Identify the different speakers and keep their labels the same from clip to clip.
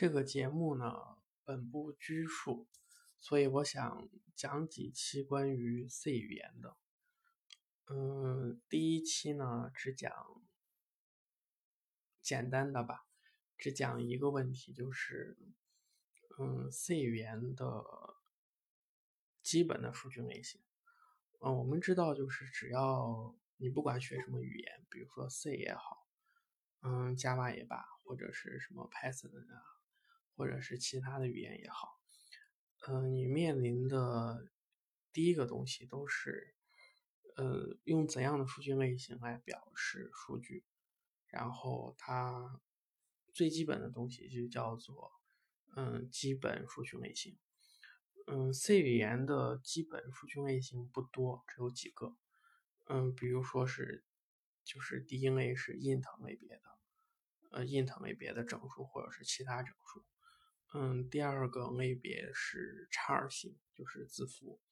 Speaker 1: 这个节目呢，本不拘束，所以我想讲几期关于 C 语言的。第一期呢，只讲简单的吧，只讲一个问题，就是C 语言的基本的数据类型。我们知道，就是只要你不管学什么语言，比如说 C 也好，Java 也罢，或者是什么 Python 啊，或者是其他的语言也好，你面临的第一个东西都是，用怎样的数据类型来表示数据，然后它最基本的东西就叫做，基本数据类型。C 语言的基本数据类型不多，只有几个。比如说就是第一类是 int 类别的，int 类别的整数或者是其他整数。第二个类别是char型，就是字符。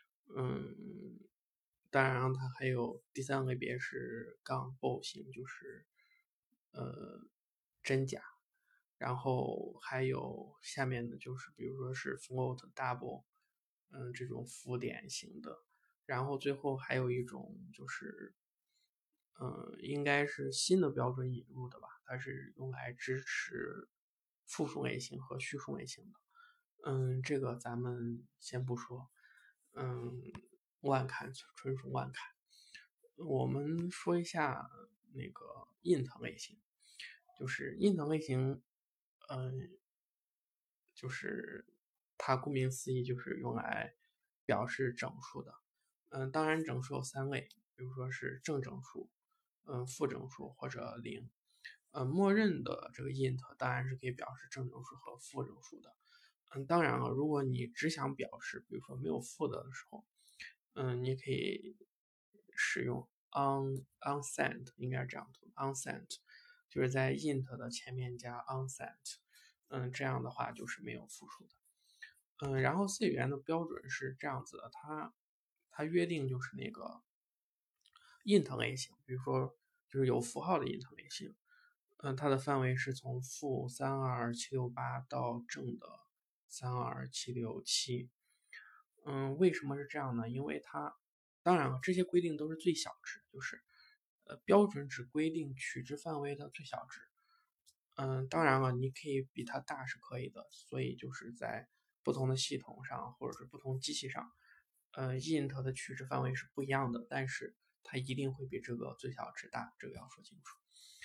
Speaker 1: 当然它还有第三类别是-bool型，就是真假。然后还有下面的就是比如说是 float、double，这种浮点型的。然后最后还有一种就是应该是新的标准引入的吧，它是用来支持复数类型和虚数类型的。这个咱们先不说，乱看，纯属乱看。我们说一下那个 int 类型，就是 int 类型，就是它顾名思义就是用来表示整数的。当然整数有三类，比如说是正整数、负整数或者零。默认的这个 int 当然是可以表示正整数和负整数的。当然了，如果你只想表示，比如说没有负的时候，你可以使用 unset， 应该是这样读 unset， 就是在 int 的前面加 unset，这样的话就是没有负数的。然后 C 语言的标准是这样子的，它约定就是那个 int 类型，比如说就是有符号的 int 类型，它的范围是从负32768到正的32767。为什么是这样呢？因为它当然了，这些规定都是最小值，就是标准只规定取值范围的最小值。当然了，你可以比它大是可以的，所以就是在不同的系统上或者是不同机器上，int 的取值范围是不一样的，但是它一定会比这个最小值大，这个要说清楚。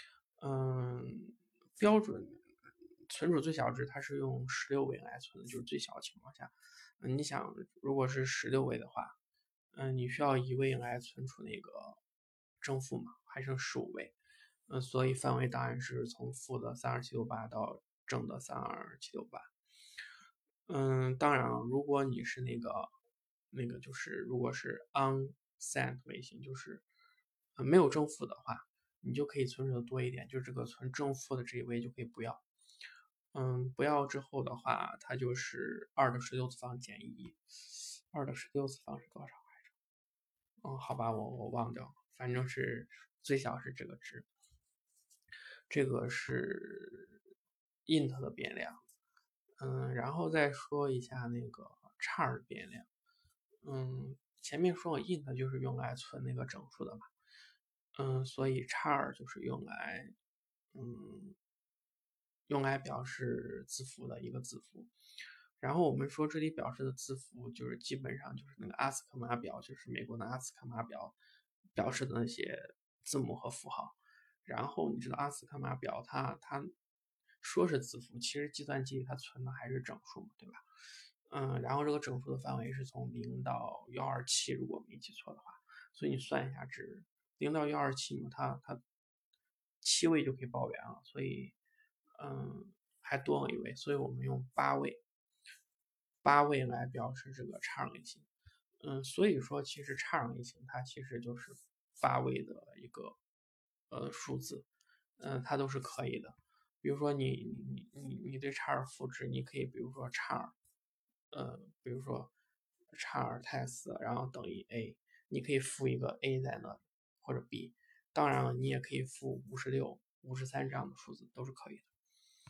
Speaker 1: 标准存储最小值它是用16位来存的，就是最小的情况下。你想如果是16位的话，你需要1位来存储那个正负嘛，还剩15位。所以范围当然是从负的32768到正的32768。当然了，如果你是那个就是如果是 unset 类型，就是没有正负的话，你就可以存储的多一点，就这个存正负的这一位就可以不要。不要之后的话，它就是2的16次方减1，2的16次方是多少来着？好吧，我忘掉了，反正是最小是这个值。这个是 int 的变量。然后再说一下那个 char 的变量。前面说了 int 就是用来存那个整数的嘛。所以 char 就是用来表示字符的一个字符。然后我们说这里表示的字符就是基本上就是那个阿斯克码表，就是美国的阿斯克码表表示的那些字母和符号。然后你知道阿斯克码表它说是字符，其实计算机里它存的还是整数嘛，对吧？然后这个整数的范围是从0到127，如果没记错的话。所以你算一下值，0到127嘛，它7位就可以报圆了，所以还多了1位，所以我们用8位来表示这个char类型。所以说其实char类型它其实就是8位的一个数字，它都是可以的。比如说你对char赋值，你可以比如说比如说char test，然后等于 a， 你可以赋一个 a 在那里或者 b， 当然了，你也可以赋56、53这样的数字都是可以的。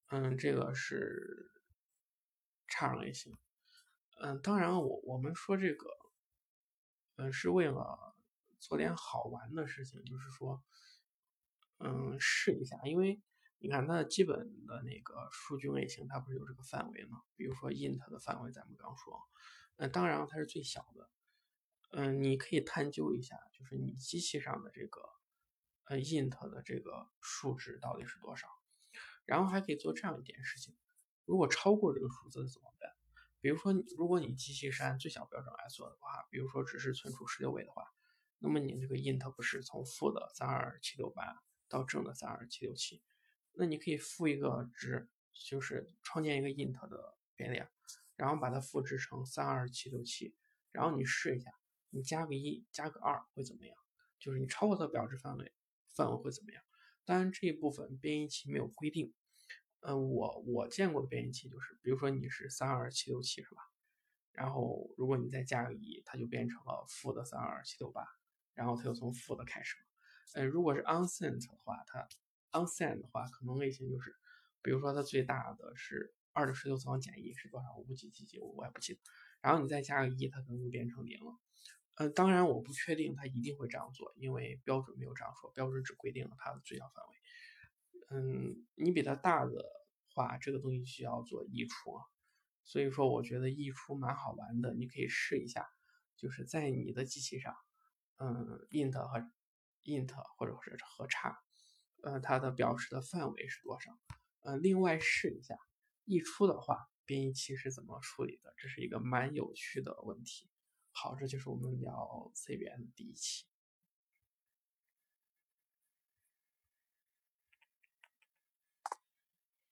Speaker 1: 这个是差类型。当然我们说这个，是为了做点好玩的事情，就是说，试一下，因为你看它的基本的那个数据类型，它不是有这个范围吗？比如说 int 的范围，咱们刚说，当然它是最小的，你可以探究一下，就是你机器上的这个int 的这个数值到底是多少，然后还可以做这样一件事情，如果超过这个数字怎么办？比如说如果你机器是按最小标准来做的话，比如说只是存储16位的话，那么你这个 int 不是从负的32768到正的32767，那你可以赋一个值，就是创建一个 int 的变量，然后把它复制成32767，然后你试一下，你加个1加个2会怎么样？就是你超过它表示范围会怎么样？当然这一部分编译器没有规定。我见过的编译器就是，比如说你是32767是吧？然后如果你再加个1，它就变成了负的32768，然后它又从负的开始了。如果是 unsent 的话，unsent 的话可能类型就是，比如说它最大的是2的16次方减1是多少？我不记，我也不记得。然后你再加个1，它可能就变成0了。当然我不确定它一定会这样做，因为标准没有这样说，标准只规定了它的最小范围。你比它大的话，这个东西需要做溢出啊，所以说我觉得溢出蛮好玩的，你可以试一下，就是在你的机器上，int 和 int 或者是和差，它的表示的范围是多少？另外试一下溢出的话，编译器是怎么处理的？这是一个蛮有趣的问题。好，这就是我们聊 C 语言的第一期。